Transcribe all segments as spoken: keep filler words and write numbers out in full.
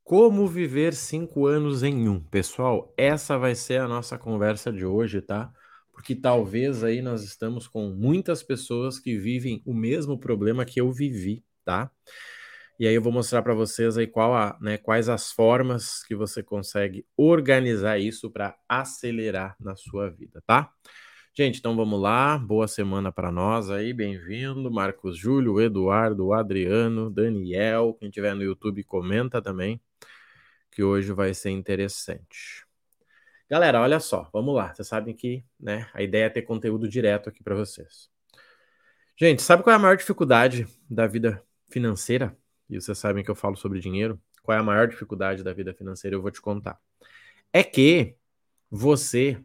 Como viver cinco anos em um? Pessoal, essa vai ser a nossa conversa de hoje, tá? Porque talvez aí nós estamos com muitas pessoas que vivem o mesmo problema que eu vivi, tá? E aí eu vou mostrar para vocês aí qual a, né, quais as formas que você consegue organizar isso para acelerar na sua vida, tá? Gente, então vamos lá. Boa semana para nós aí. Bem-vindo, Marcos Júlio, Eduardo, Adriano, Daniel. Quem tiver no YouTube, comenta também, que hoje vai ser interessante. Galera, olha só, vamos lá. Vocês sabem que, né, a ideia é ter conteúdo direto aqui para vocês. Gente, sabe qual é a maior dificuldade da vida financeira? E vocês sabem que eu falo sobre dinheiro. Qual é a maior dificuldade da vida financeira? Eu vou te contar. É que você,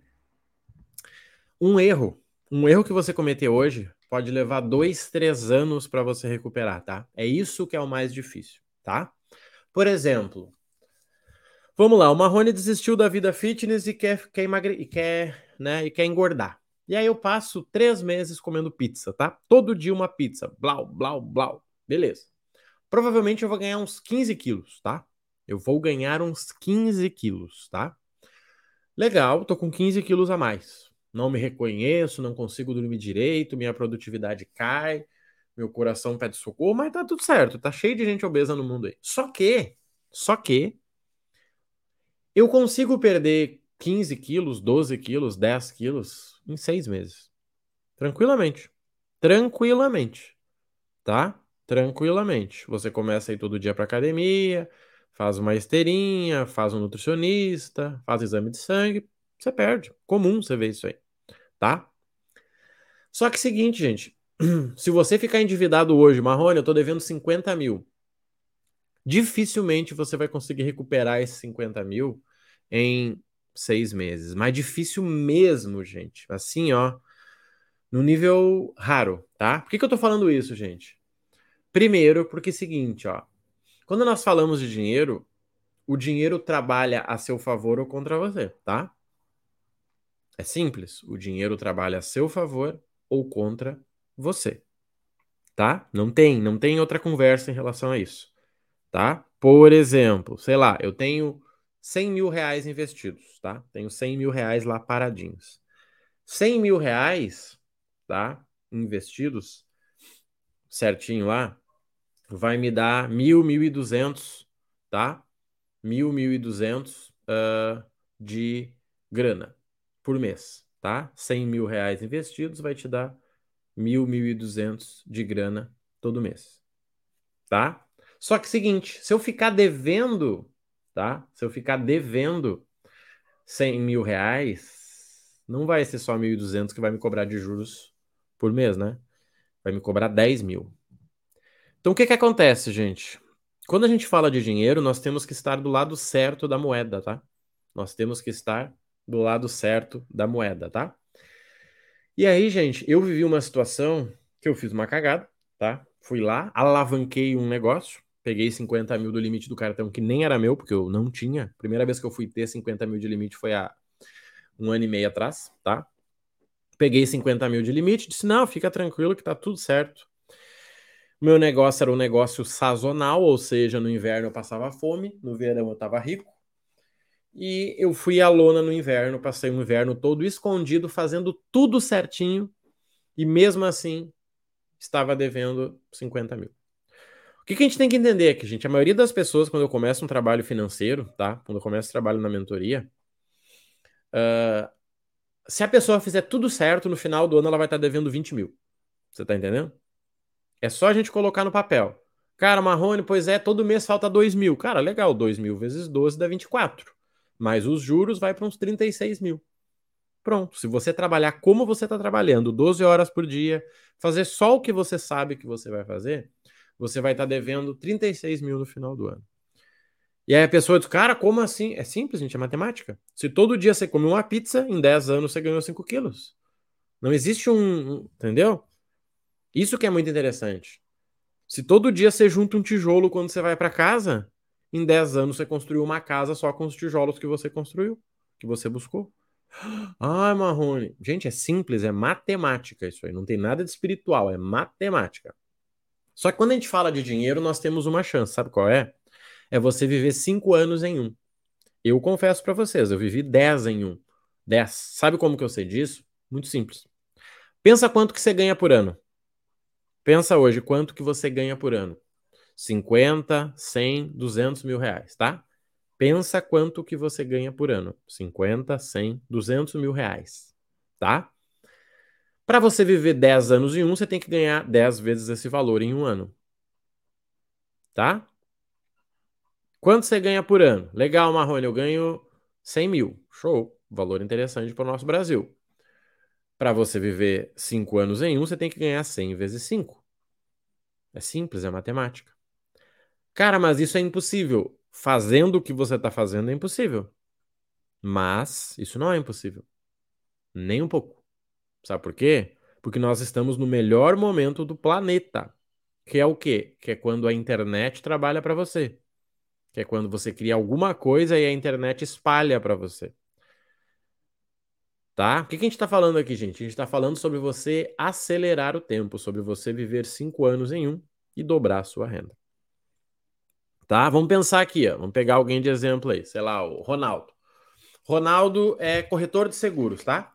um erro, um erro que você cometer hoje pode levar dois, três anos para você recuperar, tá? É isso que é o mais difícil, tá? Por exemplo, vamos lá, o Marrone desistiu da vida fitness e quer, quer, emagre... e quer, né, e quer engordar. E aí eu passo três meses comendo pizza, tá? Todo dia uma pizza, blau, blau, blau. Beleza. Provavelmente eu vou ganhar uns quinze quilos, tá? Eu vou ganhar uns quinze quilos, tá? Legal, tô com quinze quilos a mais. Não me reconheço, não consigo dormir direito, minha produtividade cai, meu coração pede socorro, mas tá tudo certo, tá cheio de gente obesa no mundo aí. Só que, só que, eu consigo perder quinze quilos, doze quilos, dez quilos em seis meses. Tranquilamente. Tranquilamente, tá? Tranquilamente. Você começa a ir todo dia pra academia, faz uma esteirinha, faz um nutricionista, faz exame de sangue, você perde. Comum você ver isso aí, tá? Só que seguinte, gente, se você ficar endividado hoje, Marrone, eu tô devendo cinquenta mil, dificilmente você vai conseguir recuperar esses cinquenta mil em seis meses. Mas difícil mesmo, gente. Assim, ó, no nível raro, tá? Por que que eu tô falando isso, gente? Primeiro, porque é o seguinte, ó. Quando nós falamos de dinheiro, o dinheiro trabalha a seu favor ou contra você, tá? É simples. O dinheiro trabalha a seu favor ou contra você, tá? Não tem, não tem outra conversa em relação a isso, tá? Por exemplo, sei lá, eu tenho cem mil reais investidos, tá? Tenho cem mil reais lá paradinhos. cem mil reais, tá? Investidos certinho lá, vai me dar mil, mil e duzentos, tá? Mil, mil e duzentos uh, de grana por mês, tá? Cem mil reais investidos vai te dar mil, mil e duzentos de grana todo mês, tá? Só que seguinte, se eu ficar devendo, tá? Se eu ficar devendo cem mil reais, não vai ser só mil e duzentos que vai me cobrar de juros por mês, né? Vai me cobrar dez mil. Então o que que acontece, gente? Quando a gente fala de dinheiro, nós temos que estar do lado certo da moeda, tá? Nós temos que estar do lado certo da moeda, tá? E aí, gente, eu vivi uma situação que eu fiz uma cagada, tá? Fui lá, alavanquei um negócio, peguei cinquenta mil do limite do cartão, que nem era meu, porque eu não tinha. Primeira vez que eu fui ter cinquenta mil de limite foi há um ano e meio atrás, tá? Peguei cinquenta mil de limite, disse, não, fica tranquilo que tá tudo certo. O meu negócio era um negócio sazonal, ou seja, no inverno eu passava fome, no verão eu tava rico. E eu fui à lona no inverno, passei o inverno todo escondido, fazendo tudo certinho, e mesmo assim estava devendo cinquenta mil. O que que a gente tem que entender aqui, gente? A maioria das pessoas, quando eu começo um trabalho financeiro, tá? Quando eu começo um trabalho na mentoria, uh, se a pessoa fizer tudo certo, no final do ano ela vai estar devendo vinte mil. Você tá entendendo? É só a gente colocar no papel. Cara, Marrone, pois é, todo mês falta dois mil. Cara, legal, dois mil vezes doze dá vinte e quatro. Mas os juros vai para uns trinta e seis mil. Pronto, se você trabalhar como você está trabalhando, doze horas por dia, fazer só o que você sabe que você vai fazer, você vai estar devendo trinta e seis mil no final do ano. E aí a pessoa diz, cara, como assim? É simples, gente, é matemática. Se todo dia você come uma pizza, em dez anos você ganhou cinco quilos. Não existe um, um- entendeu? Isso que é muito interessante. Se todo dia você junta um tijolo quando você vai para casa, em dez anos você construiu uma casa só com os tijolos que você construiu, que você buscou. Ah, Marrone. Gente, é simples, é matemática isso aí. Não tem nada de espiritual, é matemática. Só que quando a gente fala de dinheiro, nós temos uma chance, sabe qual é? é você viver cinco anos em um. Eu confesso para vocês, eu vivi dez em um. dez. Sabe como que eu sei disso? Muito simples. Pensa quanto que você ganha por ano. Pensa hoje quanto que você ganha por ano. cinquenta, cem, duzentos mil reais, tá? Pensa quanto que você ganha por ano. cinquenta, cem, duzentos mil reais, tá? Para você viver dez anos em um, você tem que ganhar dez vezes esse valor em um ano, tá? Quanto você ganha por ano? Legal, Marrone, eu ganho cem mil. Show. Valor interessante para o nosso Brasil. Para você viver cinco anos em um, você tem que ganhar cem vezes cinco. É simples, é matemática. Cara, mas isso é impossível. Fazendo o que você está fazendo é impossível. Mas isso não é impossível. Nem um pouco. Sabe por quê? Porque nós estamos no melhor momento do planeta. Que é o quê? Que é quando a internet trabalha para você. Que é quando você cria alguma coisa e a internet espalha para você. Tá? O que que a gente está falando aqui, gente? A gente está falando sobre você acelerar o tempo, sobre você viver cinco anos em um e dobrar a sua renda. Tá? Vamos pensar aqui, ó. Vamos pegar alguém de exemplo aí, sei lá, o Ronaldo. Ronaldo é corretor de seguros, tá?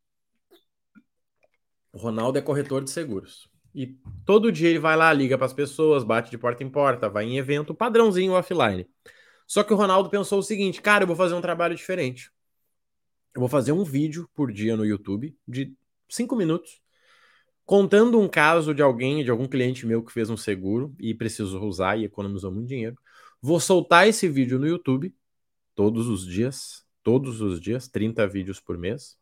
O Ronaldo é corretor de seguros. E todo dia ele vai lá, liga para as pessoas, bate de porta em porta, vai em evento, padrãozinho offline. Só que o Ronaldo pensou o seguinte, cara, eu vou fazer um trabalho diferente. Eu vou fazer um vídeo por dia no YouTube de cinco minutos, contando um caso de alguém, de algum cliente meu que fez um seguro e precisou usar e economizou muito dinheiro. Vou soltar esse vídeo no YouTube todos os dias, todos os dias, trinta vídeos por mês.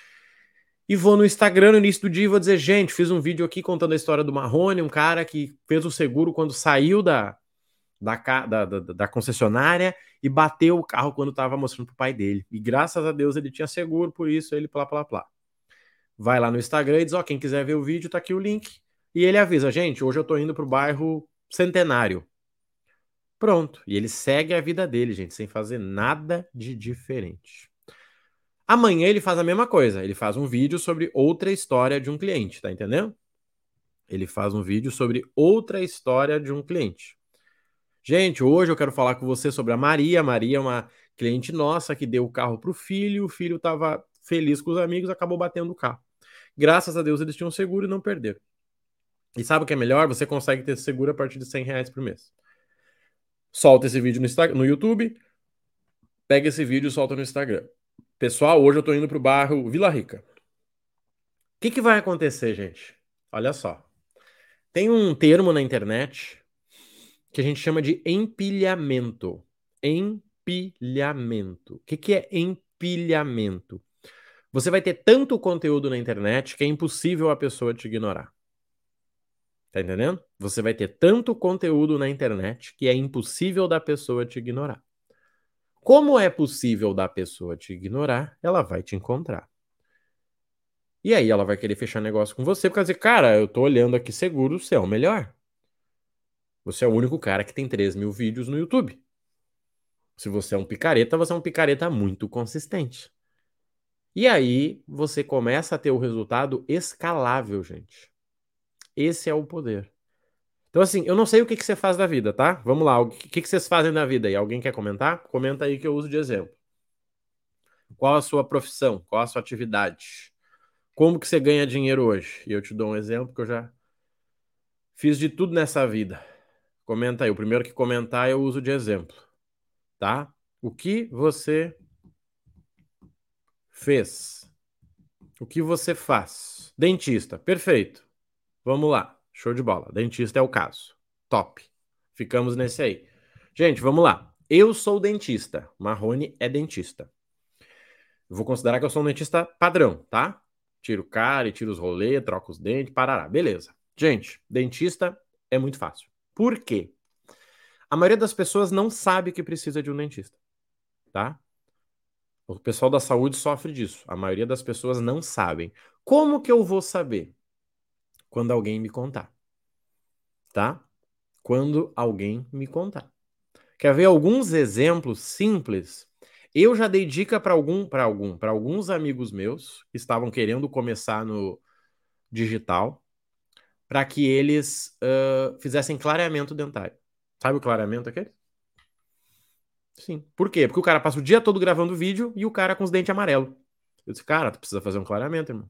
E vou no Instagram no início do dia e vou dizer, gente, fiz um vídeo aqui contando a história do Marrone, um cara que fez o seguro quando saiu da, da, da, da, da concessionária e bateu o carro quando estava mostrando pro pai dele. E graças a Deus ele tinha seguro, por isso ele plá, plá, plá. Vai lá no Instagram e diz, ó, quem quiser ver o vídeo, tá aqui o link. E ele avisa, gente, hoje eu tô indo pro bairro Centenário. Pronto. E ele segue a vida dele, gente, sem fazer nada de diferente. Amanhã ele faz a mesma coisa. Ele faz um vídeo sobre outra história de um cliente, tá entendendo? Ele faz um vídeo sobre outra história de um cliente. Gente, hoje eu quero falar com você sobre a Maria. A Maria é uma cliente nossa que deu o carro pro filho. O filho tava feliz com os amigos, acabou batendo o carro. Graças a Deus eles tinham seguro e não perderam. E sabe o que é melhor? Você consegue ter seguro a partir de cem reais por mês. Solta esse vídeo no, Insta- no YouTube, pega esse vídeo e solta no Instagram. Pessoal, hoje eu tô indo pro bairro Vila Rica. O que que vai acontecer, gente? Olha só. Tem um termo na internet que a gente chama de empilhamento. Empilhamento. O que que é empilhamento? Você vai ter tanto conteúdo na internet que é impossível a pessoa te ignorar. Tá entendendo? Você vai ter tanto conteúdo na internet que é impossível da pessoa te ignorar. Como é possível da pessoa te ignorar, ela vai te encontrar. E aí ela vai querer fechar negócio com você, porque ela vai dizer, cara, eu tô olhando aqui seguro, você é o melhor. Você é o único cara que tem três mil vídeos no YouTube. Se você é um picareta, você é um picareta muito consistente. E aí você começa a ter o resultado escalável, gente. Esse é o poder. Então, assim, eu não sei o que que você faz da vida, tá? Vamos lá, o que que que vocês fazem da vida aí? Alguém quer comentar? Comenta aí que eu uso de exemplo. Qual a sua profissão? Qual a sua atividade? Como que você ganha dinheiro hoje? E eu te dou um exemplo que eu já fiz de tudo nessa vida. Comenta aí. O primeiro que comentar eu uso de exemplo, tá? O que você fez? O que você faz? Dentista. Perfeito. Vamos lá. Show de bola. Dentista é o caso. Top. Ficamos nesse aí. Gente, vamos lá. Eu sou dentista. Marrone é dentista. Eu vou considerar que eu sou um dentista padrão, tá? Tiro o cara e tiro os rolês, troco os dentes, parará. Beleza. Gente, dentista é muito fácil. Por quê? A maioria das pessoas não sabe que precisa de um dentista, tá? O pessoal da saúde sofre disso. A maioria das pessoas não sabem. Como que eu vou saber? Quando alguém me contar, tá? Quando alguém me contar. Quer ver alguns exemplos simples? Eu já dei dica para algum, para algum, para alguns amigos meus que estavam querendo começar no digital, para que eles uh, fizessem clareamento dentário. Sabe o clareamento aquele? Sim. Por quê? Porque o cara passa o dia todo gravando vídeo e o cara com os dentes amarelos. Eu disse, cara, tu precisa fazer um clareamento, irmão.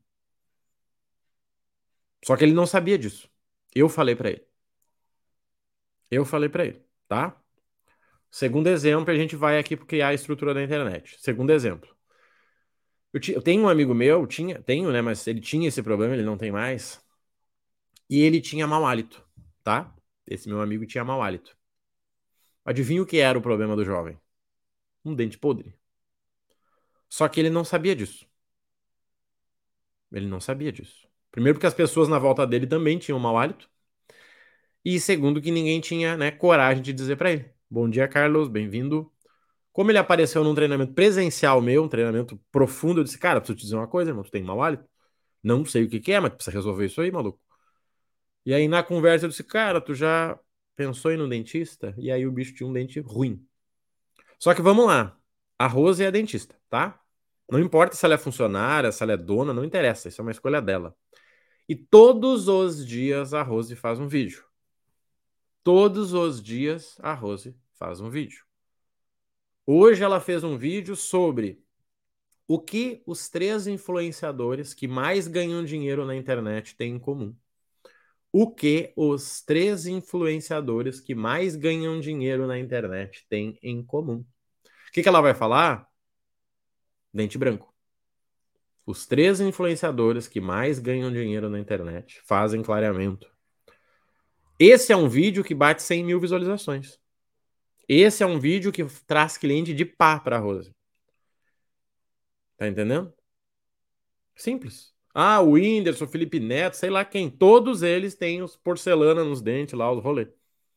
Só que ele não sabia disso. Eu falei pra ele. Eu falei pra ele, tá? Segundo exemplo, a gente vai aqui criar a estrutura da internet. Segundo exemplo. Eu, ti- eu tenho um amigo meu, tinha, tenho, né? Mas ele tinha esse problema, ele não tem mais. E ele tinha mau hálito, tá? Esse meu amigo tinha mau hálito. Adivinha o que era o problema do jovem? Um dente podre. Só que ele não sabia disso. Ele não sabia disso. Primeiro porque as pessoas na volta dele também tinham mau hálito. E segundo que ninguém tinha, né, coragem de dizer pra ele. Bom dia, Carlos, bem-vindo. Como ele apareceu num treinamento presencial meu, um treinamento profundo, eu disse, cara, preciso te dizer uma coisa, irmão, tu tem mau hálito? Não sei o que que é, mas tu precisa resolver isso aí, maluco. E aí na conversa eu disse, cara, tu já pensou em ir no dentista? E aí o bicho tinha um dente ruim. Só que vamos lá. A Rose é a dentista, tá? Não importa se ela é funcionária, se ela é dona, não interessa. Isso é uma escolha dela. E todos os dias a Rose faz um vídeo. Todos os dias a Rose faz um vídeo. Hoje ela fez um vídeo sobre o que os três influenciadores que mais ganham dinheiro na internet têm em comum. O que os três influenciadores que mais ganham dinheiro na internet têm em comum. O que que ela vai falar? Dente branco. Os três influenciadores que mais ganham dinheiro na internet fazem clareamento. Esse é um vídeo que bate cem mil visualizações. Esse é um vídeo que traz cliente de pá pra Rose. Tá entendendo? Simples. Ah, o Whindersson, o Felipe Neto, sei lá quem. Todos eles têm os porcelana nos dentes lá, os rolê.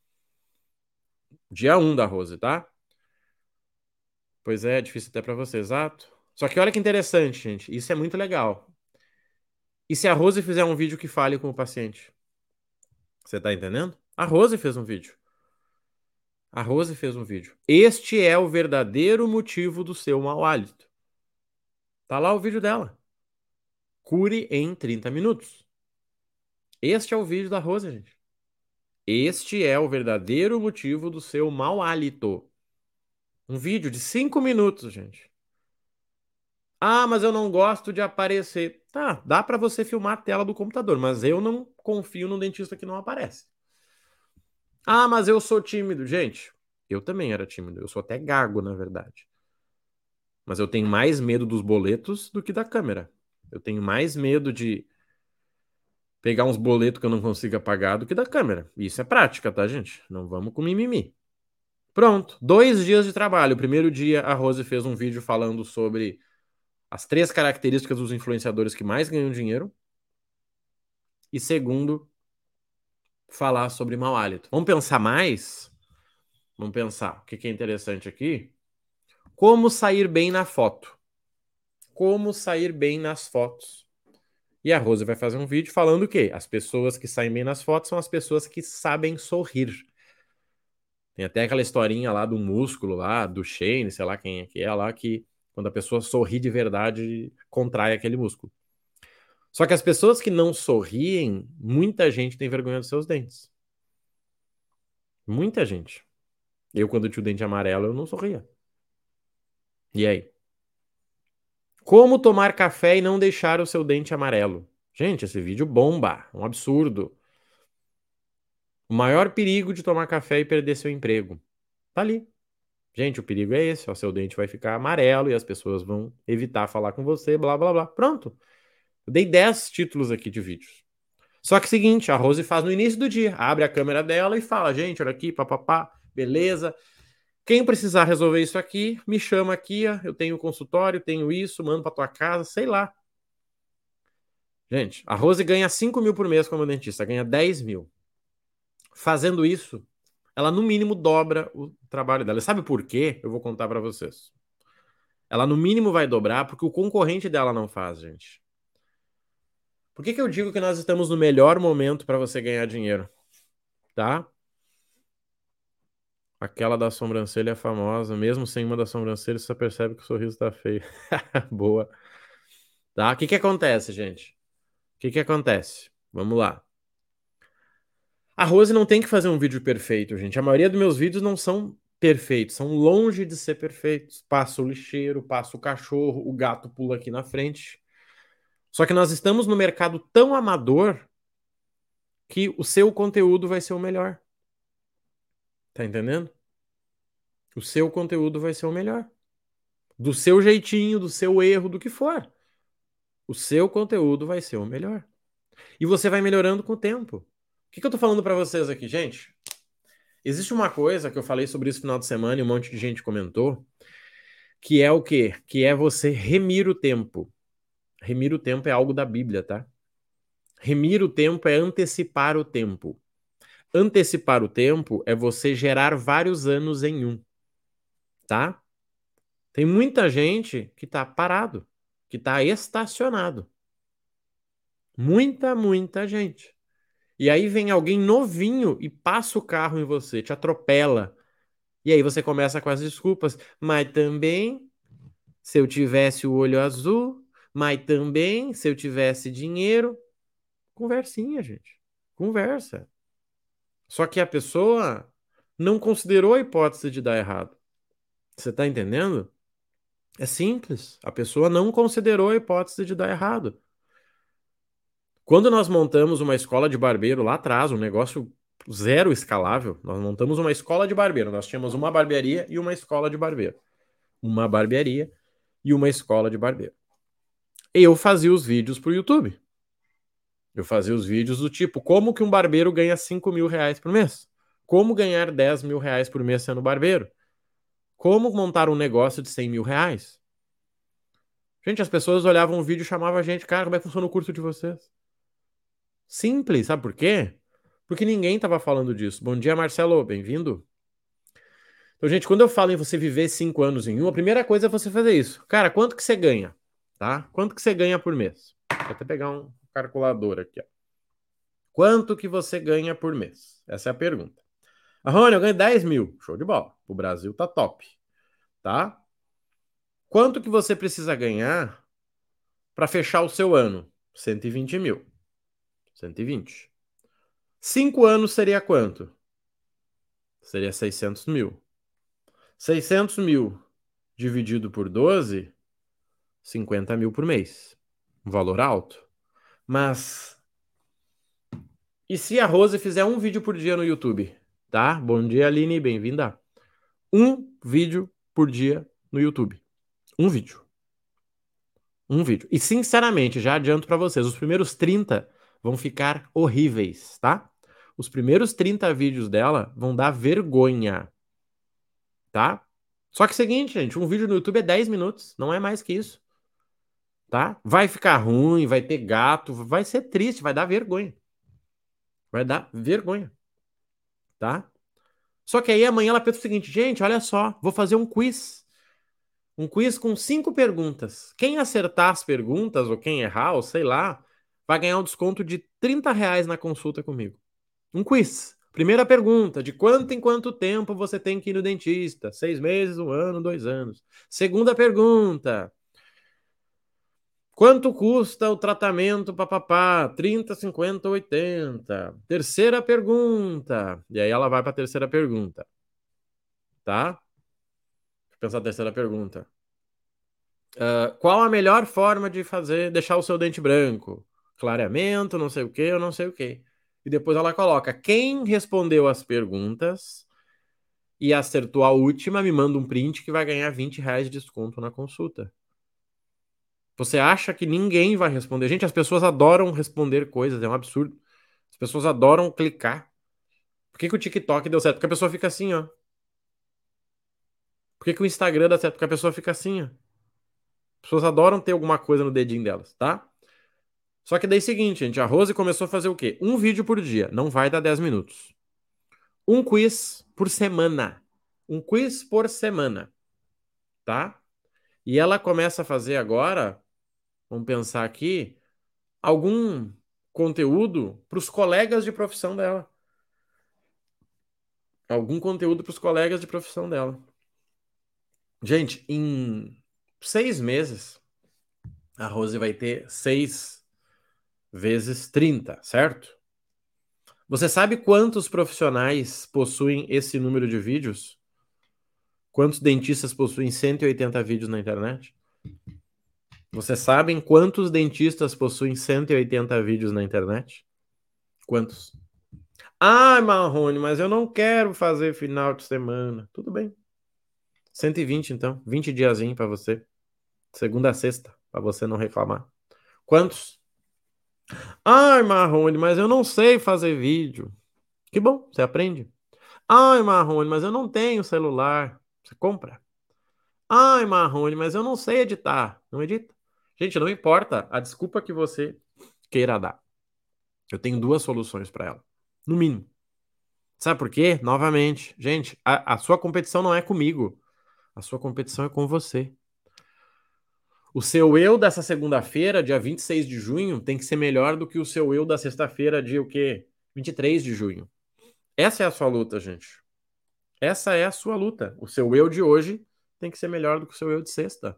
Dia um da Rose, tá? Pois é, difícil até pra você, exato. Só que olha que interessante, gente. Isso é muito legal. E se a Rose fizer um vídeo que fale com o paciente? Você tá entendendo? A Rose fez um vídeo. A Rose fez um vídeo. Este é o verdadeiro motivo do seu mau hálito. Tá lá o vídeo dela. Cure em trinta minutos. Este é o vídeo da Rose, gente. Este é o verdadeiro motivo do seu mau hálito. Um vídeo de cinco minutos, gente. Ah, mas eu não gosto de aparecer. Tá, dá pra você filmar a tela do computador, mas eu não confio no dentista que não aparece. Ah, mas eu sou tímido. Gente, eu também era tímido. Eu sou até gago, na verdade. Mas eu tenho mais medo dos boletos do que da câmera. Eu tenho mais medo de pegar uns boletos que eu não consiga pagar do que da câmera. Isso é prática, tá, gente? Não vamos com mimimi. Pronto, dois dias de trabalho. O primeiro dia a Rose fez um vídeo falando sobre as três características dos influenciadores que mais ganham dinheiro. E segundo, falar sobre mau hálito. Vamos pensar mais? Vamos pensar. O que que é interessante aqui? Como sair bem na foto. Como sair bem nas fotos. E a Rose vai fazer um vídeo falando o quê? As pessoas que saem bem nas fotos são as pessoas que sabem sorrir. Tem até aquela historinha lá do músculo lá, do Shane, sei lá quem é que é lá, que quando a pessoa sorri de verdade, contrai aquele músculo. Só que as pessoas que não sorriem, muita gente tem vergonha dos seus dentes. Muita gente. Eu, quando tinha o dente amarelo, eu não sorria. E aí? Como tomar café e não deixar o seu dente amarelo? Gente, esse vídeo bomba. Um absurdo. O maior perigo de tomar café e perder seu emprego. Tá ali. Gente, o perigo é esse, ó, seu dente vai ficar amarelo e as pessoas vão evitar falar com você, blá, blá, blá. Pronto. Eu dei dez títulos aqui de vídeos. Só que é o seguinte, a Rose faz no início do dia, abre a câmera dela e fala, gente, olha aqui, papapá, beleza. Quem precisar resolver isso aqui, me chama aqui, ó, eu tenho consultório, tenho isso, mando pra tua casa, sei lá. Gente, a Rose ganha cinco mil por mês como dentista, ganha dez mil. Fazendo isso, ela no mínimo dobra o trabalho dela. Sabe por quê? Eu vou contar pra vocês. Ela no mínimo vai dobrar porque o concorrente dela não faz, gente. Por que que eu digo que nós estamos no melhor momento para você ganhar dinheiro, tá? Aquela da sobrancelha é famosa, mesmo sem uma da sobrancelha, você só percebe que o sorriso tá feio. Boa. Tá? O que que acontece, gente? O que que acontece? Vamos lá. A Rose não tem que fazer um vídeo perfeito, gente. A maioria dos meus vídeos não são perfeitos, são longe de ser perfeitos. Passa o lixeiro, passa o cachorro, o gato pula aqui na frente. Só que nós estamos no mercado tão amador que o seu conteúdo vai ser o melhor. Tá entendendo? O seu conteúdo vai ser o melhor. Do seu jeitinho, do seu erro, do que for. O seu conteúdo vai ser o melhor. E você vai melhorando com o tempo. O que, que eu tô falando para vocês aqui, gente? Existe uma coisa que eu falei sobre isso no final de semana e um monte de gente comentou, que é o quê? Que é você remir o tempo. Remir o tempo é algo da Bíblia, tá? Remir o tempo é antecipar o tempo. Antecipar o tempo é você gerar vários anos em um, tá? Tem muita gente que tá parado, que tá estacionado. Muita, muita gente. E aí vem alguém novinho e passa o carro em você, te atropela. E aí você começa com as desculpas. Mas também, se eu tivesse o olho azul, mas também, se eu tivesse dinheiro. Conversinha, gente. Conversa. Só que a pessoa não considerou a hipótese de dar errado. Você tá entendendo? É simples. A pessoa não considerou a hipótese de dar errado. Quando nós montamos uma escola de barbeiro lá atrás, um negócio zero escalável, nós montamos uma escola de barbeiro. Nós tínhamos uma barbearia e uma escola de barbeiro. Uma barbearia e uma escola de barbeiro. Eu fazia os vídeos pro YouTube. Eu fazia os vídeos do tipo, como que um barbeiro ganha cinco mil reais por mês? Como ganhar dez mil reais por mês sendo barbeiro? Como montar um negócio de cem mil reais? Gente, as pessoas olhavam o vídeo e chamavam a gente, cara, como é que funciona o curso de vocês? Simples, sabe por quê? Porque ninguém estava falando disso. Bom dia, Marcelo, bem-vindo. Então, gente, quando eu falo em você viver cinco anos em um, a primeira coisa é você fazer isso. Cara, quanto que você ganha? Tá? Quanto que você ganha por mês? Vou até pegar um calculador aqui, ó. Quanto que você ganha por mês? Essa é a pergunta. Ah, Rony, eu ganho dez mil. Show de bola. O Brasil tá top. Tá? Quanto que você precisa ganhar para fechar o seu ano? cento e vinte mil. cento e vinte. Cinco anos seria quanto? Seria seiscentos mil. seiscentos mil dividido por doze, cinquenta mil por mês. Um valor alto. Mas e se a Rose fizer um vídeo por dia no YouTube? Tá? Bom dia, Aline, bem-vinda. Um vídeo por dia no YouTube. Um vídeo. Um vídeo. E sinceramente, já adianto pra vocês, os primeiros trinta vão ficar horríveis, tá? Os primeiros trinta vídeos dela vão dar vergonha, tá? Só que é o seguinte, gente, um vídeo no YouTube é dez minutos, não é mais que isso, tá? Vai ficar ruim, vai ter gato, vai ser triste, vai dar vergonha. Vai dar vergonha, tá? Só que aí amanhã ela pensa o seguinte, gente, olha só, vou fazer um quiz. Um quiz com cinco perguntas. Quem acertar as perguntas, ou quem errar, ou sei lá, vai ganhar um desconto de trinta reais na consulta comigo. Um quiz. Primeira pergunta: de quanto em quanto tempo você tem que ir no dentista? Seis meses, um ano, dois anos. Segunda pergunta: quanto custa o tratamento papapá? trinta, cinquenta, oitenta. Terceira pergunta. E aí ela vai para a terceira pergunta. Tá? Deixa eu pensar a terceira pergunta. Uh, qual a melhor forma de fazer, deixar o seu dente branco? Clareamento, não sei o que, eu não sei o que. E depois ela coloca: quem respondeu as perguntas e acertou a última, me manda um print que vai ganhar vinte reais de desconto na consulta. Você acha que ninguém vai responder? Gente, as pessoas adoram responder coisas, é um absurdo. As pessoas adoram clicar. Por que que o TikTok deu certo? Porque a pessoa fica assim, ó. Por que que o Instagram dá certo? Porque a pessoa fica assim, ó. As pessoas adoram ter alguma coisa no dedinho delas, tá? Só que daí é o seguinte, gente, a Rose começou a fazer o quê? Um vídeo por dia, não vai dar dez minutos. Um quiz por semana. Um quiz por semana, tá? E ela começa a fazer agora, vamos pensar aqui, algum conteúdo para os colegas de profissão dela. Algum conteúdo para os colegas de profissão dela. Gente, em seis meses, a Rose vai ter seis vezes trinta, certo? Você sabe quantos profissionais possuem esse número de vídeos? Quantos dentistas possuem cento e oitenta vídeos na internet? Vocês sabem quantos dentistas possuem cento e oitenta vídeos na internet? Quantos? Ah, Marrone, mas eu não quero fazer final de semana. Tudo bem. cento e vinte, então. vinte diazinho para você. Segunda a sexta, para você não reclamar. Quantos? Ai, Marrone, mas eu não sei fazer vídeo. Que bom, você aprende. Ai, Marrone, mas eu não tenho celular. Você compra. Ai, Marrone, mas eu não sei editar. Não edita. Gente, não importa a desculpa que você queira dar. Eu tenho duas soluções para ela. No mínimo. Sabe por quê? Novamente, gente, a, a sua competição não é comigo. A sua competição é com você. O seu eu dessa segunda-feira, dia vinte e seis de junho, tem que ser melhor do que o seu eu da sexta-feira, dia o quê? vinte e três de junho. Essa é a sua luta, gente. Essa é a sua luta. O seu eu de hoje tem que ser melhor do que o seu eu de sexta.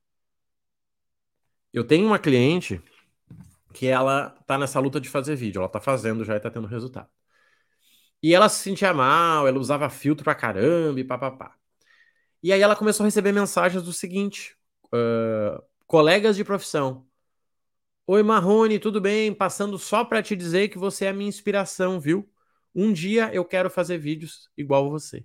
Eu tenho uma cliente que ela tá nessa luta de fazer vídeo. Ela tá fazendo já e tá tendo resultado. E ela se sentia mal, ela usava filtro pra caramba e papapá. E aí ela começou a receber mensagens do seguinte: uh, colegas de profissão. Oi, Marrone, tudo bem? Passando só pra te dizer que você é a minha inspiração, viu? Um dia eu quero fazer vídeos igual você.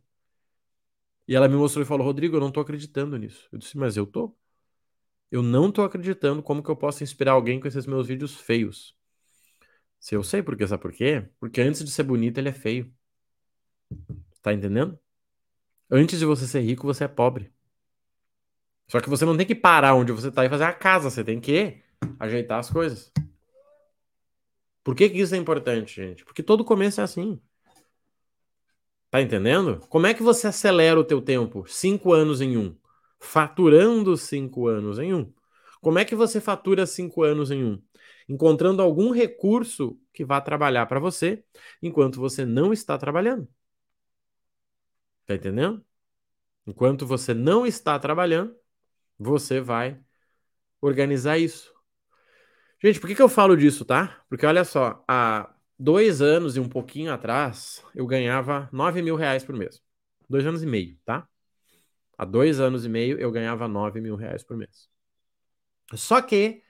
E ela me mostrou e falou: Rodrigo, eu não tô acreditando nisso. Eu disse: mas eu tô. Eu não tô acreditando como que eu posso inspirar alguém com esses meus vídeos feios. Se eu sei por quê, sabe por quê? Porque antes de ser bonito, ele é feio. Tá entendendo? Antes de você ser rico, você é pobre. Só que você não tem que parar onde você tá e fazer a casa, você tem que ajeitar as coisas. Por que que isso é importante, gente? Porque todo começo é assim. Tá entendendo? Como é que você acelera o teu tempo? Cinco anos em um. Faturando cinco anos em um. Como é que você fatura cinco anos em um? Encontrando algum recurso que vá trabalhar para você enquanto você não está trabalhando. Tá entendendo? Enquanto você não está trabalhando, você vai organizar isso. Gente, por que que eu falo disso, tá? Porque olha só, há dois anos e um pouquinho atrás, eu ganhava nove mil reais por mês. Dois anos e meio, tá? Há dois anos e meio eu ganhava nove mil reais por mês. Só que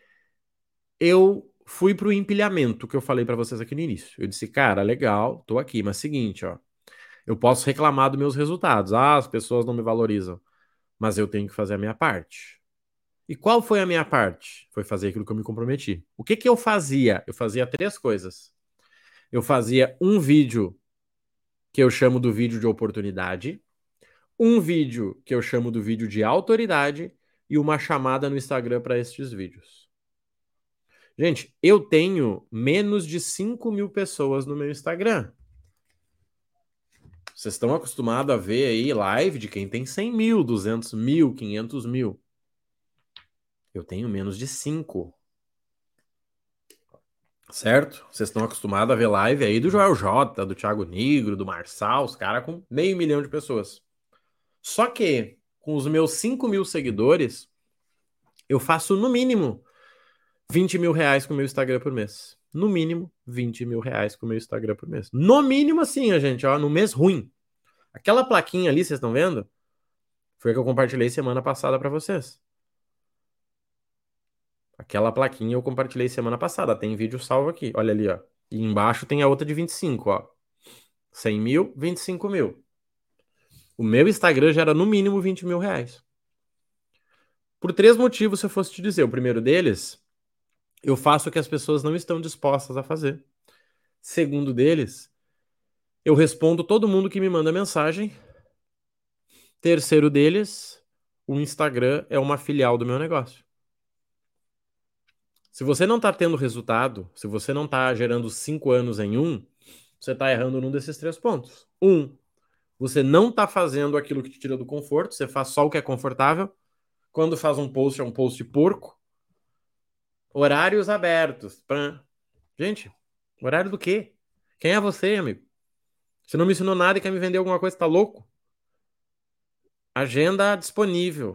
eu fui pro empilhamento que eu falei pra vocês aqui no início. Eu disse, cara, legal, tô aqui, mas seguinte, ó, eu posso reclamar dos meus resultados. Ah, as pessoas não me valorizam, mas eu tenho que fazer a minha parte. E qual foi a minha parte? Foi fazer aquilo que eu me comprometi. O que que eu fazia? Eu fazia três coisas. Eu fazia um vídeo que eu chamo do vídeo de oportunidade, um vídeo que eu chamo do vídeo de autoridade e uma chamada no Instagram para estes vídeos. Gente, eu tenho menos de cinco mil pessoas no meu Instagram. Vocês estão acostumados a ver aí live de quem tem cem mil, duzentos mil, quinhentos mil. Eu tenho menos de cinco. Certo? Vocês estão acostumados a ver live aí do Joel J, do Thiago Nigro, do Marçal, os caras com meio milhão de pessoas. Só que, com os meus cinco mil seguidores, eu faço no mínimo vinte mil reais com o meu Instagram por mês. No mínimo, vinte mil reais com o meu Instagram por mês. No mínimo, assim, a gente, ó, no mês ruim. Aquela plaquinha ali, vocês estão vendo? Foi a que eu compartilhei semana passada para vocês. Aquela plaquinha eu compartilhei semana passada. Tem vídeo salvo aqui. Olha ali, ó. E embaixo tem a outra de vinte e cinco, ó. cem mil, vinte e cinco mil. O meu Instagram gera no mínimo vinte mil reais. Por três motivos, se eu fosse te dizer. O primeiro deles, eu faço o que as pessoas não estão dispostas a fazer. Segundo deles, eu respondo todo mundo que me manda mensagem. Terceiro deles, o Instagram é uma filial do meu negócio. Se você não está tendo resultado, se você não está gerando cinco anos em um, você está errando num desses três pontos. Um, você não está fazendo aquilo que te tira do conforto, você faz só o que é confortável. Quando faz um post, é um post porco. Horários abertos. Pã. Gente, horário do quê? Quem é você, amigo? Você não me ensinou nada e quer me vender alguma coisa, tá louco? Agenda disponível.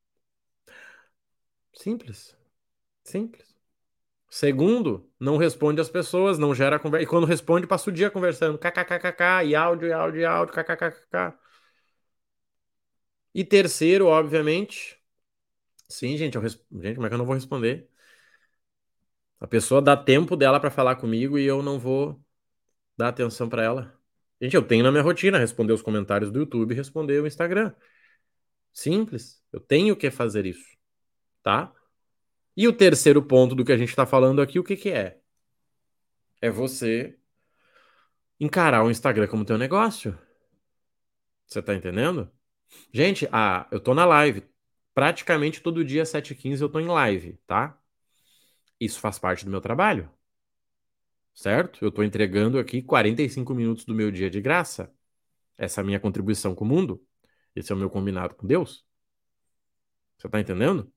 Simples. Simples. Segundo, não responde às pessoas, não gera conversa. E quando responde, passa o dia conversando. Kkkk, e áudio, e áudio, e áudio, kkkk. E terceiro, obviamente, sim, gente, eu res... gente, como é que eu não vou responder? A pessoa dá tempo dela pra falar comigo e eu não vou dar atenção pra ela. Gente, eu tenho na minha rotina responder os comentários do YouTube e responder o Instagram. Simples. Eu tenho que fazer isso, tá? E o terceiro ponto do que a gente tá falando aqui, o que que é? É você encarar o Instagram como teu negócio. Você tá entendendo? Gente, ah, eu tô na live. Praticamente todo dia, às sete e quinze, eu tô em live, tá? Isso faz parte do meu trabalho, certo? Eu tô entregando aqui quarenta e cinco minutos do meu dia de graça. Essa é a minha contribuição com o mundo. Esse é o meu combinado com Deus. Você tá entendendo?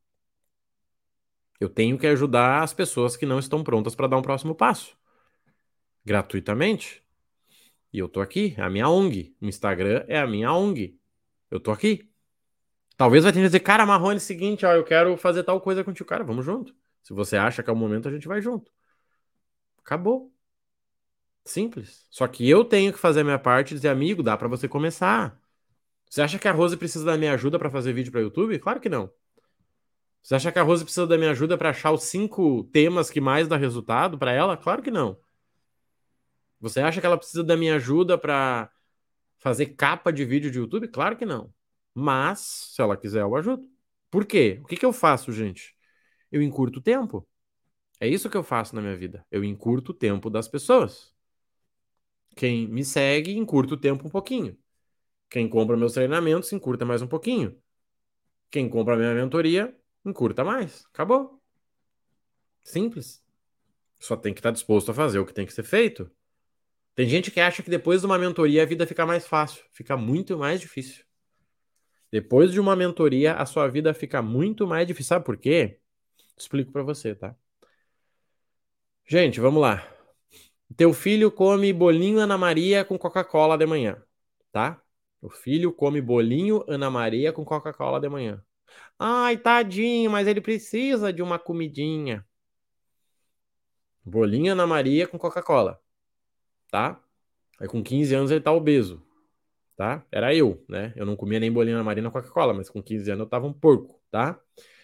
Eu tenho que ajudar as pessoas que não estão prontas para dar um próximo passo. Gratuitamente. E eu tô aqui, é a minha O N G. O Instagram é a minha O N G. Eu tô aqui. Talvez vai ter que dizer, cara, Marrone, é o seguinte, ó, eu quero fazer tal coisa contigo. Cara, vamos junto. Se você acha que é o momento, a gente vai junto. Acabou. Simples. Só que eu tenho que fazer a minha parte e dizer, amigo, dá pra você começar. Você acha que a Rose precisa da minha ajuda pra fazer vídeo pra YouTube? Claro que não. Você acha que a Rose precisa da minha ajuda pra achar os cinco temas que mais dá resultado pra ela? Claro que não. Você acha que ela precisa da minha ajuda pra fazer capa de vídeo de YouTube? Claro que não. Mas, se ela quiser, eu ajudo. Por quê? O que que eu faço, gente? Eu encurto o tempo. É isso que eu faço na minha vida. Eu encurto o tempo das pessoas. Quem me segue, encurta o tempo um pouquinho. Quem compra meus treinamentos, encurta mais um pouquinho. Quem compra minha mentoria, encurta mais. Acabou. Simples. Só tem que estar disposto a fazer o que tem que ser feito. Tem gente que acha que depois de uma mentoria a vida fica mais fácil. Fica muito mais difícil. Depois de uma mentoria, a sua vida fica muito mais difícil. Sabe por quê? Explico pra você, tá? Gente, vamos lá. Teu filho come bolinho Ana Maria com Coca-Cola de manhã, tá? O filho come bolinho Ana Maria com Coca-Cola de manhã. Ai, tadinho, mas ele precisa de uma comidinha. Bolinho Ana Maria com Coca-Cola, tá? Aí com quinze anos ele tá obeso, tá? Era eu, né? Eu não comia nem bolinho Ana Maria na Coca-Cola, mas com quinze anos eu tava um porco, tá?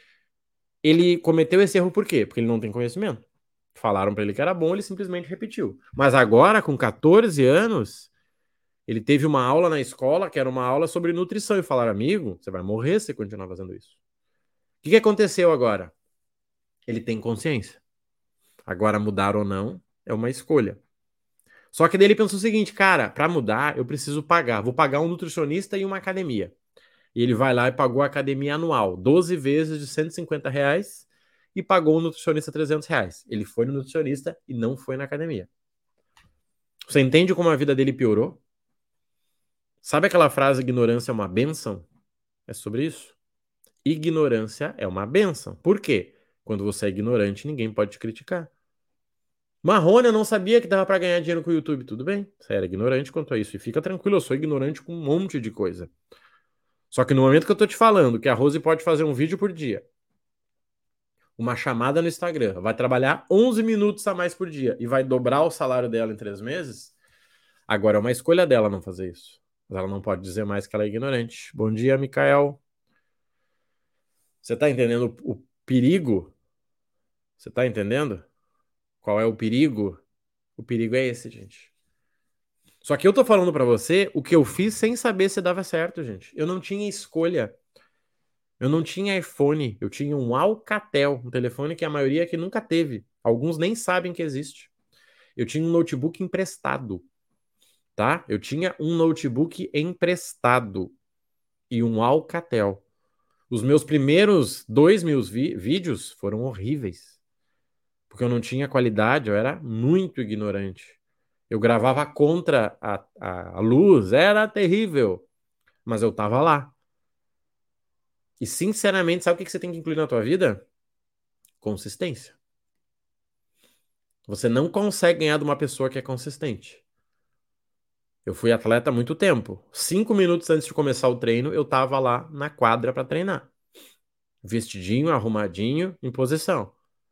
Ele cometeu esse erro por quê? Porque ele não tem conhecimento. Falaram pra ele que era bom, ele simplesmente repetiu. Mas agora, com quatorze anos, ele teve uma aula na escola que era uma aula sobre nutrição e falaram, amigo, você vai morrer se continuar fazendo isso. O que que aconteceu agora? Ele tem consciência. Agora, mudar ou não é uma escolha. Só que daí ele pensou o seguinte, cara, para mudar eu preciso pagar. Vou pagar um nutricionista e uma academia. E ele vai lá e pagou a academia anual, doze vezes de cento e cinquenta reais e pagou o nutricionista trezentos reais. Ele foi no nutricionista e não foi na academia. Você entende como a vida dele piorou? Sabe aquela frase, ignorância é uma bênção? É sobre isso. Ignorância é uma bênção. Por quê? Quando você é ignorante, ninguém pode te criticar. Marrone, eu não sabia que dava pra ganhar dinheiro com o YouTube. Tudo bem, você era ignorante quanto a isso. E fica tranquilo, eu sou ignorante com um monte de coisa. Só que no momento que eu tô te falando que a Rose pode fazer um vídeo por dia, uma chamada no Instagram, vai trabalhar onze minutos a mais por dia e vai dobrar o salário dela em três meses, agora é uma escolha dela não fazer isso. Mas ela não pode dizer mais que ela é ignorante. Bom dia, Mikael. Você tá entendendo o o perigo? Você tá entendendo? Qual é o perigo? O perigo é esse, gente. Só que eu tô falando pra você o que eu fiz sem saber se dava certo, gente. Eu não tinha escolha. Eu não tinha iPhone, eu tinha um Alcatel, um telefone que a maioria aqui nunca teve. Alguns nem sabem que existe. Eu tinha um notebook emprestado, tá? Eu tinha um notebook emprestado e um Alcatel. Os meus primeiros dois mil vi- vídeos foram horríveis, porque eu não tinha qualidade, eu era muito ignorante. Eu gravava contra a, a, a luz, era terrível, mas eu tava lá. E sinceramente, sabe o que que você tem que incluir na tua vida? Consistência. Você não consegue ganhar de uma pessoa que é consistente. Eu fui atleta há muito tempo. Cinco minutos antes de começar o treino, eu tava lá na quadra para treinar. Vestidinho, arrumadinho, em posição.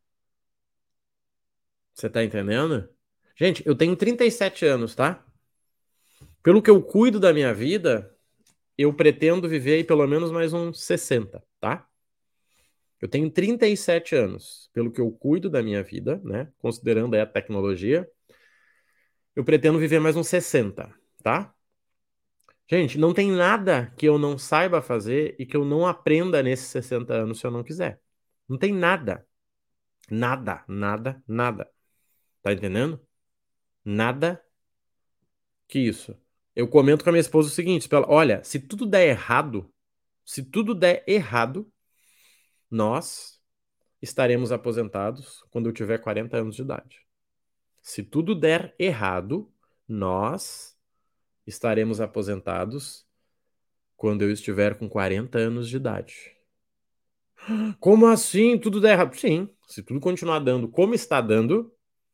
Você tá entendendo? Gente, eu tenho trinta e sete anos, tá? Pelo que eu cuido da minha vida, eu pretendo viver aí pelo menos mais uns sessenta, tá? Eu tenho trinta e sete anos, pelo que eu cuido da minha vida, né? Considerando aí a tecnologia, eu pretendo viver mais uns sessenta, tá? Gente, não tem nada que eu não saiba fazer e que eu não aprenda nesses sessenta anos se eu não quiser. Não tem nada. Nada, nada, nada. Tá entendendo? Nada que isso. Eu comento com a minha esposa o seguinte, pra ela, olha, se tudo der errado, se tudo der errado, nós estaremos aposentados quando eu tiver quarenta anos de idade. Se tudo der errado, nós estaremos aposentados quando eu estiver com quarenta anos de idade. Como assim? Tudo der errado? Sim, se tudo continuar dando como está dando,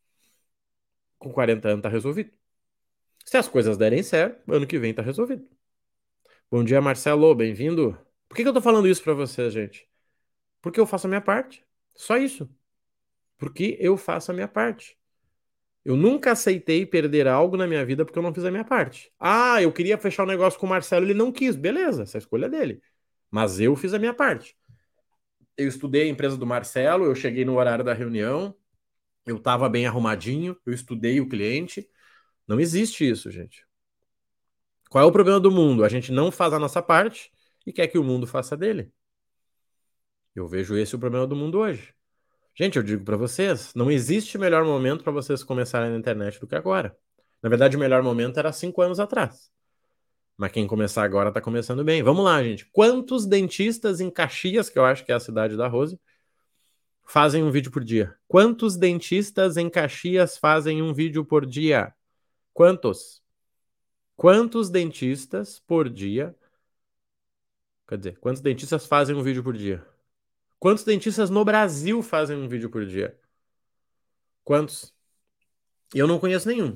com quarenta anos tá resolvido. Se as coisas derem certo, ano que vem tá resolvido. Bom dia, Marcelo, bem-vindo. Por que que eu tô falando isso pra vocês, gente? Porque eu faço a minha parte. Só isso. Porque eu faço a minha parte. Eu nunca aceitei perder algo na minha vida porque eu não fiz a minha parte. Ah, eu queria fechar um negócio com o Marcelo, ele não quis. Beleza, essa é a escolha dele. Mas eu fiz a minha parte. Eu estudei a empresa do Marcelo, eu cheguei no horário da reunião, eu estava bem arrumadinho, eu estudei o cliente. Não existe isso, gente. Qual é o problema do mundo? A gente não faz a nossa parte e quer que o mundo faça dele. Eu vejo esse o problema do mundo hoje. Gente, eu digo pra vocês, não existe melhor momento pra vocês começarem na internet do que agora. Na verdade, o melhor momento era cinco anos atrás. Mas quem começar agora tá começando bem. Vamos lá, gente. Quantos dentistas em Caxias, que eu acho que é a cidade da Rose, fazem um vídeo por dia? Quantos dentistas em Caxias fazem um vídeo por dia? Quantos? Quantos dentistas por dia? Quer dizer, quantos dentistas fazem um vídeo por dia? Quantos dentistas no Brasil fazem um vídeo por dia? Quantos? Eu não conheço nenhum,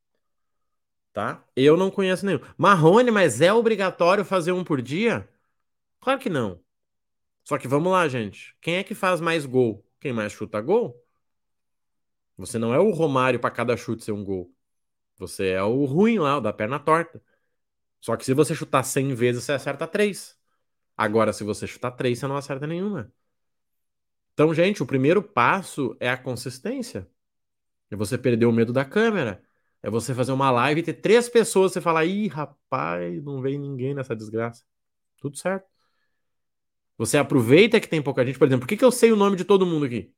tá? Eu não conheço nenhum. Marrone, mas é obrigatório fazer um por dia? Claro que não. Só que vamos lá, gente. Quem é que faz mais gol? Quem mais chuta gol? Você não é o Romário para cada chute ser um gol. Você é o ruim lá, o da perna torta. Só que se você chutar cem vezes, você acerta três. Agora, se você chutar três, você não acerta nenhuma. Então, gente, o primeiro passo é a consistência. É você perder o medo da câmera. É você fazer uma live e ter três pessoas e você falar, ih, rapaz, não vem ninguém nessa desgraça. Tudo certo. Você aproveita que tem pouca gente. Por exemplo, por que que eu sei o nome de todo mundo aqui?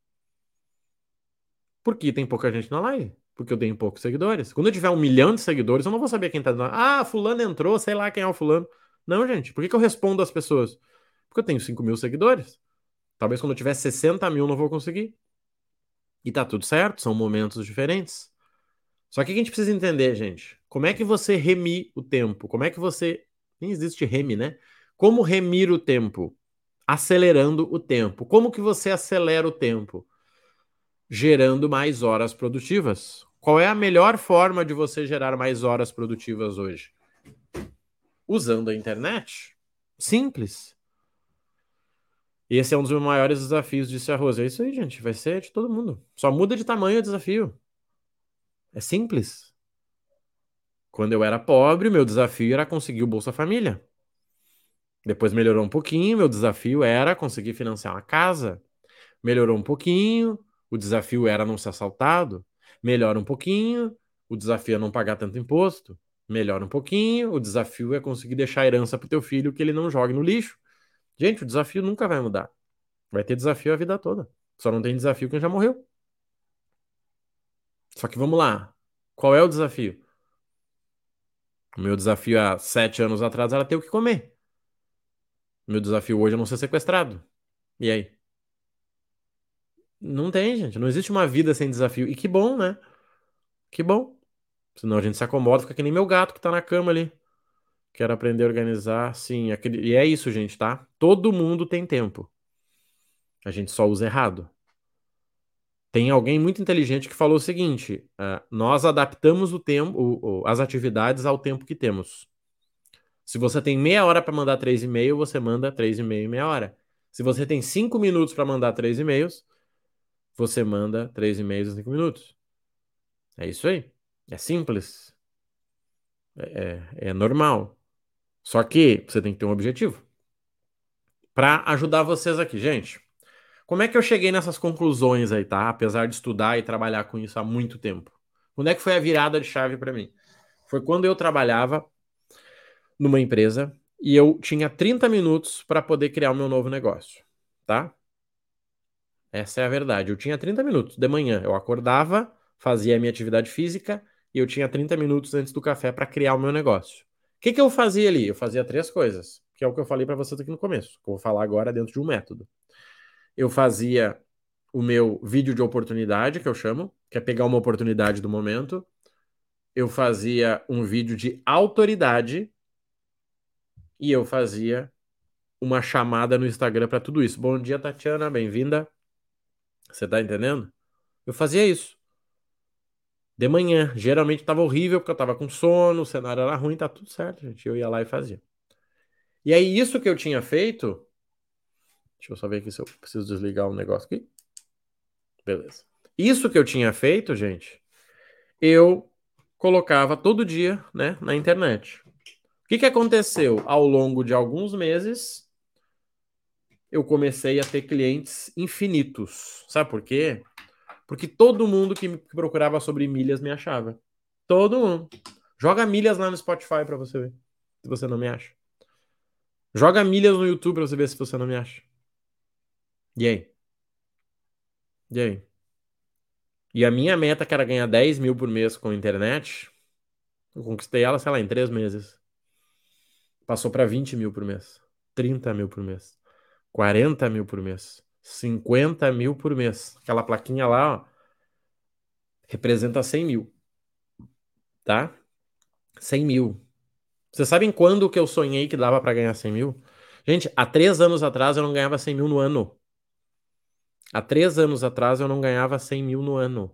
Porque tem pouca gente na live. Porque eu tenho poucos seguidores. Quando eu tiver um milhão de seguidores, eu não vou saber quem tá dando. Ah, fulano entrou, sei lá quem é o fulano. Não, gente. Por que que eu respondo às pessoas? Porque eu tenho cinco mil seguidores. Talvez quando eu tiver sessenta mil não vou conseguir. E tá tudo certo, são momentos diferentes. Só que o que a gente precisa entender, gente? Como é que você remi o tempo? Como é que você. Nem existe remi, né? Como remir o tempo? Acelerando o tempo. Como que você acelera o tempo? Gerando mais horas produtivas. Qual é a melhor forma de você gerar mais horas produtivas hoje? Usando a internet. Simples. Esse é um dos meus maiores desafios, disse a Rosa. É isso aí, gente. Vai ser de todo mundo. Só muda de tamanho o desafio. É simples. Quando eu era pobre, meu desafio era conseguir o Bolsa Família. Depois melhorou um pouquinho, meu desafio era conseguir financiar uma casa. Melhorou um pouquinho, o desafio era não ser assaltado. Melhora um pouquinho, o desafio é não pagar tanto imposto. Melhora um pouquinho, o desafio é conseguir deixar a herança pro teu filho que ele não jogue no lixo. Gente, o desafio nunca vai mudar. Vai ter desafio a vida toda. Só não tem desafio quem já morreu. Só que vamos lá. Qual é o desafio? O meu desafio há sete anos atrás era ter o que comer. O meu desafio hoje é não ser sequestrado. E aí? Não tem, gente. Não existe uma vida sem desafio. E que bom, né? Que bom. Senão a gente se acomoda, fica que nem meu gato que tá na cama ali. Quero aprender a organizar. Sim, aquele... e é isso, gente, tá? Todo mundo tem tempo. A gente só usa errado. Tem alguém muito inteligente que falou o seguinte: ah, nós adaptamos o tempo, o- o- as atividades ao tempo que temos. Se você tem meia hora para mandar três e-mails, você manda três e-mails em meia hora. Se você tem cinco minutos para mandar três e-mails, você manda três e-mails em cinco minutos. É isso aí. É simples. É, é é normal. Só que você tem que ter um objetivo. Para ajudar vocês aqui, gente. Como é que eu cheguei nessas conclusões aí, tá? Apesar de estudar e trabalhar com isso há muito tempo. Quando é que foi a virada de chave para mim? Foi quando eu trabalhava numa empresa e eu tinha trinta minutos para poder criar o meu novo negócio, tá? Essa é a verdade. Eu tinha trinta minutos de manhã. Eu acordava, fazia a minha atividade física e eu tinha trinta minutos antes do café para criar o meu negócio. O que que eu fazia ali? Eu fazia três coisas, que é o que eu falei para vocês aqui no começo, que eu vou falar agora dentro de um método. Eu fazia o meu vídeo de oportunidade, que eu chamo, que é pegar uma oportunidade do momento. Eu fazia um vídeo de autoridade e eu fazia uma chamada no Instagram para tudo isso. Bom dia, Tatiana, bem-vinda. Você tá entendendo? Eu fazia isso. De manhã. Geralmente tava horrível porque eu tava com sono, o cenário era ruim, tá tudo certo, gente. Eu ia lá e fazia. E aí, isso que eu tinha feito. Deixa eu só ver aqui se eu preciso desligar um negócio aqui. Beleza. Isso que eu tinha feito, gente, eu colocava todo dia, né, na internet. O que que aconteceu? Ao longo de alguns meses, eu comecei a ter clientes infinitos. Sabe por quê? Porque todo mundo que me procurava sobre milhas me achava. Todo mundo. Joga milhas lá no Spotify pra você ver, se você não me acha. Joga milhas no YouTube pra você ver se você não me acha. E aí? E aí? E a minha meta, que era ganhar dez mil por mês com a internet, eu conquistei ela, sei lá, em três meses. Passou pra vinte mil por mês. trinta mil por mês. quarenta mil por mês. cinquenta mil por mês. Aquela plaquinha lá, ó, representa cem mil, tá? cem mil. Vocês sabem quando que eu sonhei que dava pra ganhar cem mil? Gente, há três anos atrás eu não ganhava cem mil no ano. Há três anos atrás eu não ganhava cem mil no ano.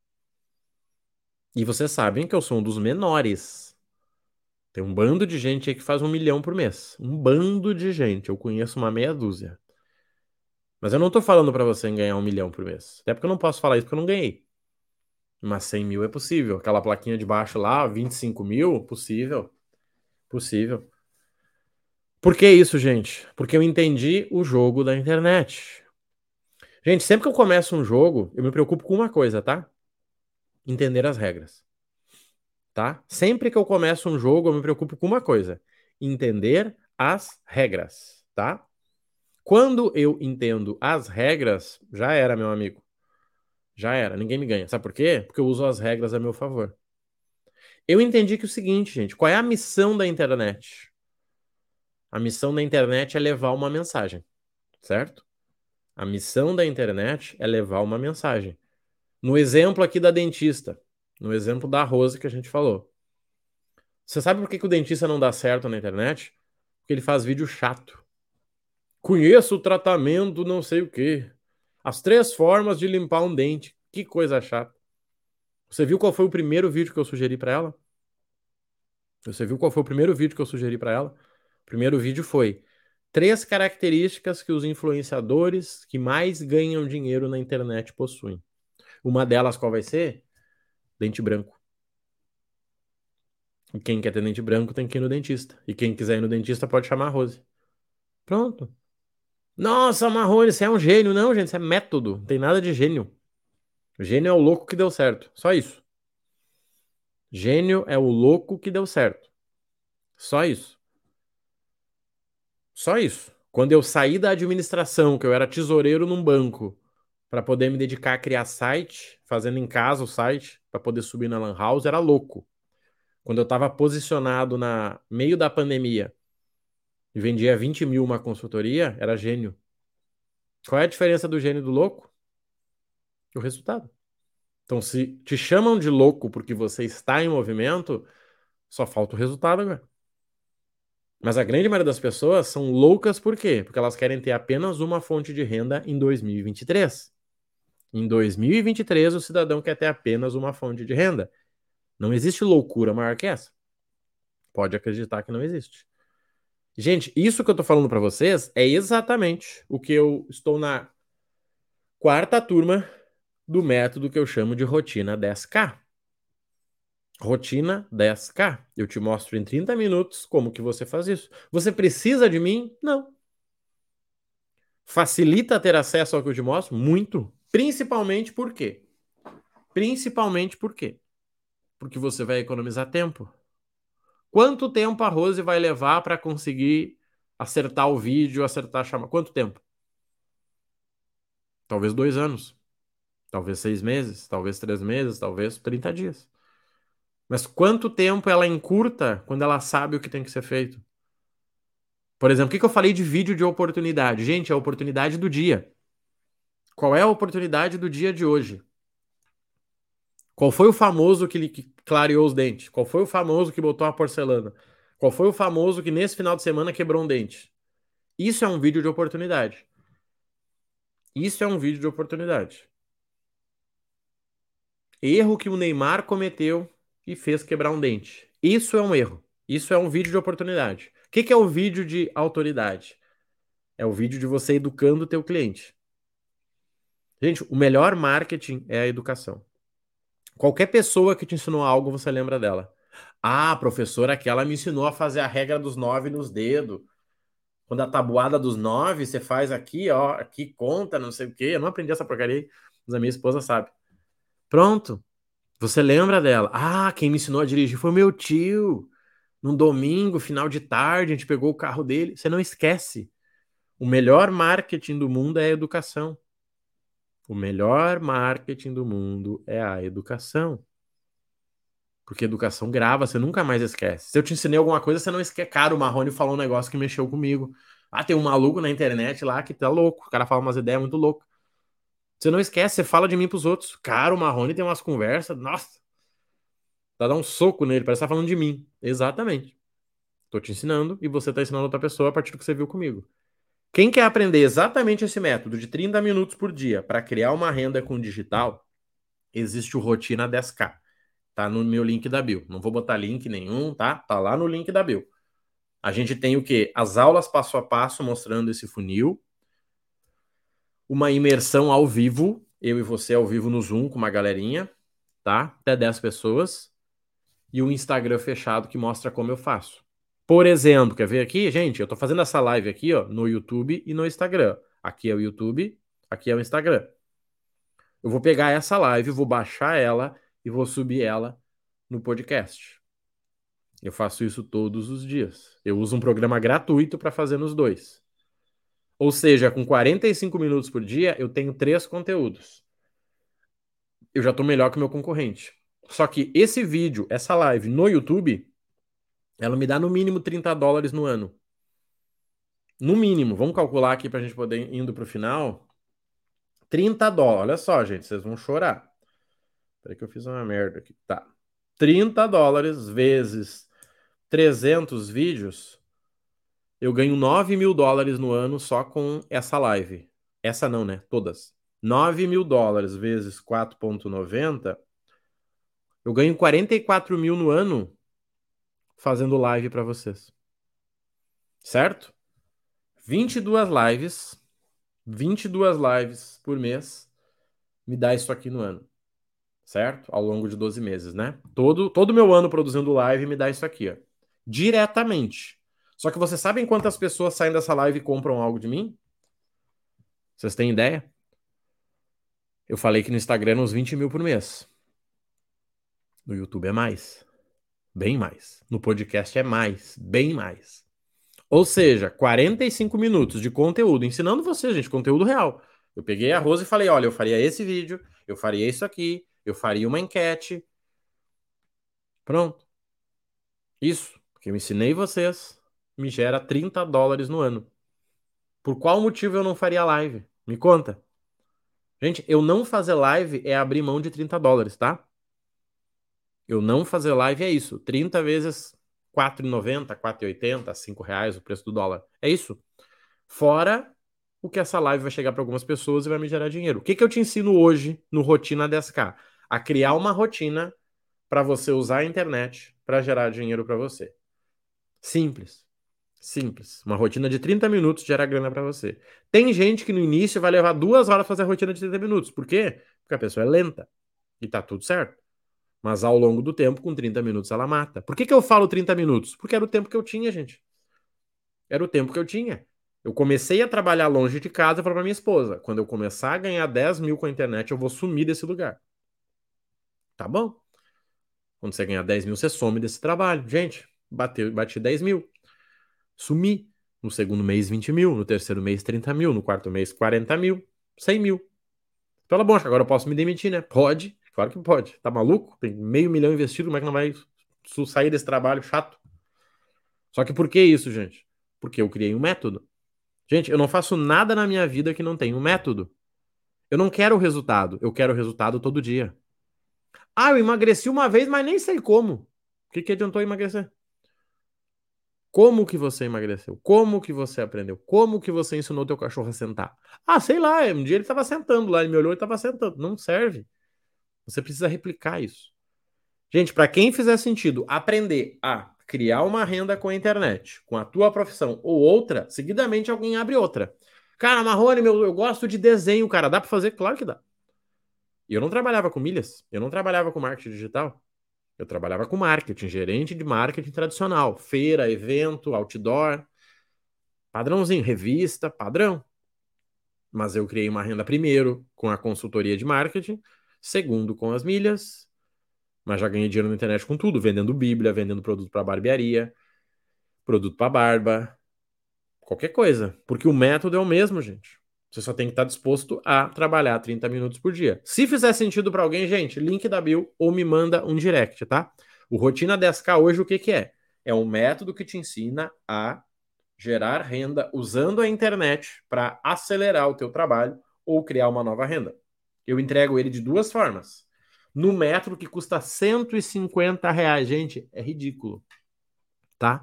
E vocês sabem que eu sou um dos menores. Tem um bando de gente aí que faz um milhão por mês. Um bando de gente. Eu conheço uma meia dúzia. Mas eu não tô falando pra você em ganhar um milhão por mês. Até porque eu não posso falar isso porque eu não ganhei. Mas cem mil é possível. Aquela plaquinha de baixo lá, vinte e cinco mil, possível. Possível. Por que isso, gente? Porque eu entendi o jogo da internet. Gente, sempre que eu começo um jogo, eu me preocupo com uma coisa, tá? Entender as regras, tá? Sempre que eu começo um jogo, eu me preocupo com uma coisa: entender as regras, tá? Quando eu entendo as regras, já era, meu amigo. Já era, ninguém me ganha. Sabe por quê? Porque eu uso as regras a meu favor. Eu entendi que é o seguinte, gente, qual é a missão da internet? A missão da internet é levar uma mensagem, certo? A missão da internet é levar uma mensagem. No exemplo aqui da dentista, no exemplo da Rose que a gente falou. Você sabe por que que o dentista não dá certo na internet? Porque ele faz vídeo chato. Conheço o tratamento não sei o quê. As três formas de limpar um dente. Que coisa chata. Você viu qual foi o primeiro vídeo que eu sugeri pra ela? Você viu qual foi o primeiro vídeo que eu sugeri pra ela? O primeiro vídeo foi três características que os influenciadores que mais ganham dinheiro na internet possuem. Uma delas qual vai ser? Dente branco. E quem quer ter dente branco tem que ir no dentista. E quem quiser ir no dentista pode chamar a Rose. Pronto. Nossa, Marrone, você é um gênio. Não, gente, isso é método. Não tem nada de gênio. Gênio é o louco que deu certo. Só isso. Gênio é o louco que deu certo. Só isso. Só isso. Quando eu saí da administração, que eu era tesoureiro num banco, para poder me dedicar a criar site, fazendo em casa o site, para poder subir na Lan House, era louco. Quando eu estava posicionado na meio da pandemia e vendia vinte mil uma consultoria, era gênio. Qual é a diferença do gênio e do louco? O resultado. Então, se te chamam de louco porque você está em movimento, só falta o resultado agora. Mas a grande maioria das pessoas são loucas por quê? Porque elas querem ter apenas uma fonte de renda em dois mil e vinte e três. Em dois mil e vinte e três, o cidadão quer ter apenas uma fonte de renda. Não existe loucura maior que essa. Pode acreditar que não existe. Gente, isso que eu tô falando para vocês é exatamente o que eu estou na quarta turma do método que eu chamo de rotina dez K. Rotina dez K. Eu te mostro em trinta minutos como que você faz isso. Você precisa de mim? Não. Facilita ter acesso ao que eu te mostro? Muito. Principalmente por quê? Principalmente por quê? Porque você vai economizar tempo. Quanto tempo a Rose vai levar para conseguir acertar o vídeo, acertar a chamada? Quanto tempo? Talvez dois anos. Talvez seis meses. Talvez três meses. Talvez trinta dias. Mas quanto tempo ela encurta quando ela sabe o que tem que ser feito? Por exemplo, o que que eu falei de vídeo de oportunidade? Gente, é a oportunidade do dia. Qual é a oportunidade do dia de hoje? Qual foi o famoso que, que clareou os dentes? Qual foi o famoso que botou a porcelana? Qual foi o famoso que nesse final de semana quebrou um dente? Isso é um vídeo de oportunidade. Isso é um vídeo de oportunidade. Erro que o Neymar cometeu e fez quebrar um dente. Isso é um erro. Isso é um vídeo de oportunidade. O que que é o vídeo de autoridade? É o vídeo de você educando o teu cliente. Gente, o melhor marketing é a educação. Qualquer pessoa que te ensinou algo, você lembra dela. Ah, a professora aquela me ensinou a fazer a regra dos nove nos dedos. Quando a tabuada dos nove, você faz aqui, ó, aqui conta, não sei o quê. Eu não aprendi essa porcaria aí, mas a minha esposa sabe. Pronto, você lembra dela. Ah, quem me ensinou a dirigir foi o meu tio. Num domingo, final de tarde, a gente pegou o carro dele. Você não esquece. O melhor marketing do mundo é a educação. O melhor marketing do mundo é a educação. Porque educação grava, você nunca mais esquece. Se eu te ensinei alguma coisa, você não esquece. Cara, o Marrone falou um negócio que mexeu comigo. Ah, tem um maluco na internet lá que tá louco. O cara fala umas ideias muito loucas. Você não esquece, você fala de mim pros outros. Cara, o Marrone tem umas conversas. Nossa, tá dar um soco nele, parece que tá falando de mim. Exatamente. Tô te ensinando e você tá ensinando outra pessoa a partir do que você viu comigo. Quem quer aprender exatamente esse método de trinta minutos por dia para criar uma renda com digital, existe o Rotina dez K. Tá no meu link da bio. Não vou botar link nenhum, tá? Tá lá no link da bio. A gente tem o quê? As aulas passo a passo mostrando esse funil. Uma imersão ao vivo, eu e você ao vivo no Zoom com uma galerinha, tá? Até dez pessoas. E o Instagram fechado que mostra como eu faço. Por exemplo, quer ver aqui? Gente, eu tô fazendo essa live aqui, ó, no YouTube e no Instagram. Aqui é o YouTube, aqui é o Instagram. Eu vou pegar essa live, vou baixar ela e vou subir ela no podcast. Eu faço isso todos os dias. Eu uso um programa gratuito para fazer nos dois. Ou seja, com quarenta e cinco minutos por dia, eu tenho três conteúdos. Eu já estou melhor que o meu concorrente. Só que esse vídeo, essa live no YouTube, ela me dá no mínimo trinta dólares no ano. No mínimo, vamos calcular aqui para a gente poder ir indo para o final. trinta dólares. Olha só, gente, vocês vão chorar. Peraí que eu fiz uma merda aqui. Tá. trinta dólares vezes trezentos vídeos, eu ganho nove mil dólares no ano só com essa live. Essa não, né? Todas. nove mil dólares vezes quatro vírgula noventa, eu ganho quarenta e quatro mil no ano fazendo live para vocês. Certo? vinte e duas lives, vinte e duas lives por mês me dá isso aqui no ano. Certo? Ao longo de doze meses, né? Todo todo meu ano produzindo live me dá isso aqui, ó. Diretamente. Só que vocês sabem quantas pessoas saem dessa live e compram algo de mim? Vocês têm ideia? Eu falei que no Instagram é uns vinte mil por mês. No YouTube é mais. Bem mais. No podcast é mais. Bem mais. Ou seja, quarenta e cinco minutos de conteúdo, ensinando você, gente, conteúdo real. Eu peguei a Rose e falei, olha, eu faria esse vídeo, eu faria isso aqui, eu faria uma enquete. Pronto. Isso, porque eu ensinei vocês, me gera trinta dólares no ano. Por qual motivo eu não faria live? Me conta. Gente, eu não fazer live é abrir mão de trinta dólares, tá? Eu não fazer live é isso. trinta vezes quatro e noventa, quatro e oitenta, cinco reais o preço do dólar. É isso. Fora o que essa live vai chegar para algumas pessoas e vai me gerar dinheiro. O que que eu te ensino hoje no Rotina dez K? A criar uma rotina para você usar a internet para gerar dinheiro para você. Simples. Simples. Uma rotina de trinta minutos gera grana para você. Tem gente que no início vai levar duas horas fazer a rotina de trinta minutos. Por quê? Porque a pessoa é lenta. E tá tudo certo. Mas ao longo do tempo, com trinta minutos, ela mata. Por que que eu falo trinta minutos? Porque era o tempo que eu tinha, gente. Era o tempo que eu tinha. Eu comecei a trabalhar longe de casa e falei pra minha esposa: quando eu começar a ganhar dez mil com a internet, eu vou sumir desse lugar. Tá bom? Quando você ganhar dez mil, você some desse trabalho. Gente, bateu, bati dez mil. Sumi. No segundo mês, vinte mil. No terceiro mês, trinta mil. No quarto mês, quarenta mil. cem mil. Então, tá bom, agora eu posso me demitir, né? Pode. Claro que pode. Tá maluco? Tem meio milhão investido. Como é que não vai sair desse trabalho chato? Só que por que isso, gente? Porque eu criei um método. Gente, eu não faço nada na minha vida que não tenha um método. Eu não quero o resultado. Eu quero o resultado todo dia. Ah, eu emagreci uma vez, mas nem sei como. O que que adiantou emagrecer? Como que você emagreceu? Como que você aprendeu? Como que você ensinou teu cachorro a sentar? Ah, sei lá, um dia ele estava sentando lá, ele me olhou e estava sentando. Não serve. Você precisa replicar isso. Gente, para quem fizer sentido aprender a criar uma renda com a internet, com a tua profissão ou outra, seguidamente alguém abre outra. Cara, Marrone, meu, eu gosto de desenho, cara. Dá para fazer? Claro que dá. E eu não trabalhava com milhas, eu não trabalhava com marketing digital. Eu trabalhava com marketing, gerente de marketing tradicional, feira, evento, outdoor, padrãozinho, revista, padrão. Mas eu criei uma renda primeiro com a consultoria de marketing, segundo com as milhas, mas já ganhei dinheiro na internet com tudo, vendendo Bíblia, vendendo produto para barbearia, produto para barba, qualquer coisa, porque o método é o mesmo, gente. Você só tem que estar disposto a trabalhar trinta minutos por dia. Se fizer sentido para alguém, gente, link da bio ou me manda um direct, tá? O Rotina dez K hoje o que que é? É um método que te ensina a gerar renda usando a internet para acelerar o teu trabalho ou criar uma nova renda. Eu entrego ele de duas formas. No método que custa cento e cinquenta reais, gente, é ridículo, tá?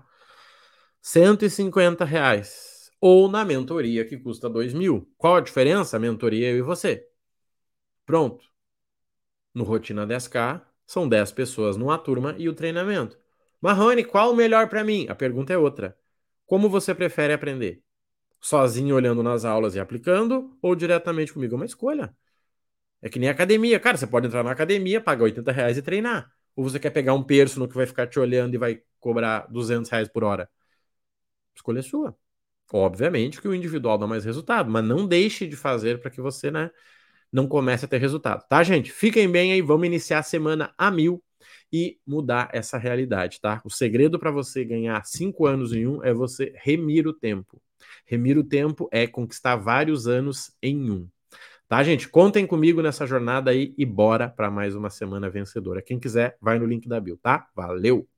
cento e cinquenta reais. Ou na mentoria que custa dois mil. Qual a diferença? A mentoria eu e você. Pronto. No Rotina dez K, são dez pessoas numa turma e o treinamento. Marrone, qual o melhor para mim? A pergunta é outra. Como você prefere aprender? Sozinho olhando nas aulas e aplicando ou diretamente comigo? É uma escolha. É que nem academia. Cara, você pode entrar na academia, pagar oitenta reais e treinar. Ou você quer pegar um personal que vai ficar te olhando e vai cobrar duzentos reais por hora? Escolha sua. Obviamente que o individual dá mais resultado, mas não deixe de fazer para que você, né, não comece a ter resultado. Tá, gente? Fiquem bem aí, vamos iniciar a semana a mil e mudar essa realidade, tá? O segredo para você ganhar cinco anos em um é você remir o tempo. Remir o tempo é conquistar vários anos em um. Tá, gente? Contem comigo nessa jornada aí e bora para mais uma semana vencedora. Quem quiser, vai no link da bio, tá? Valeu!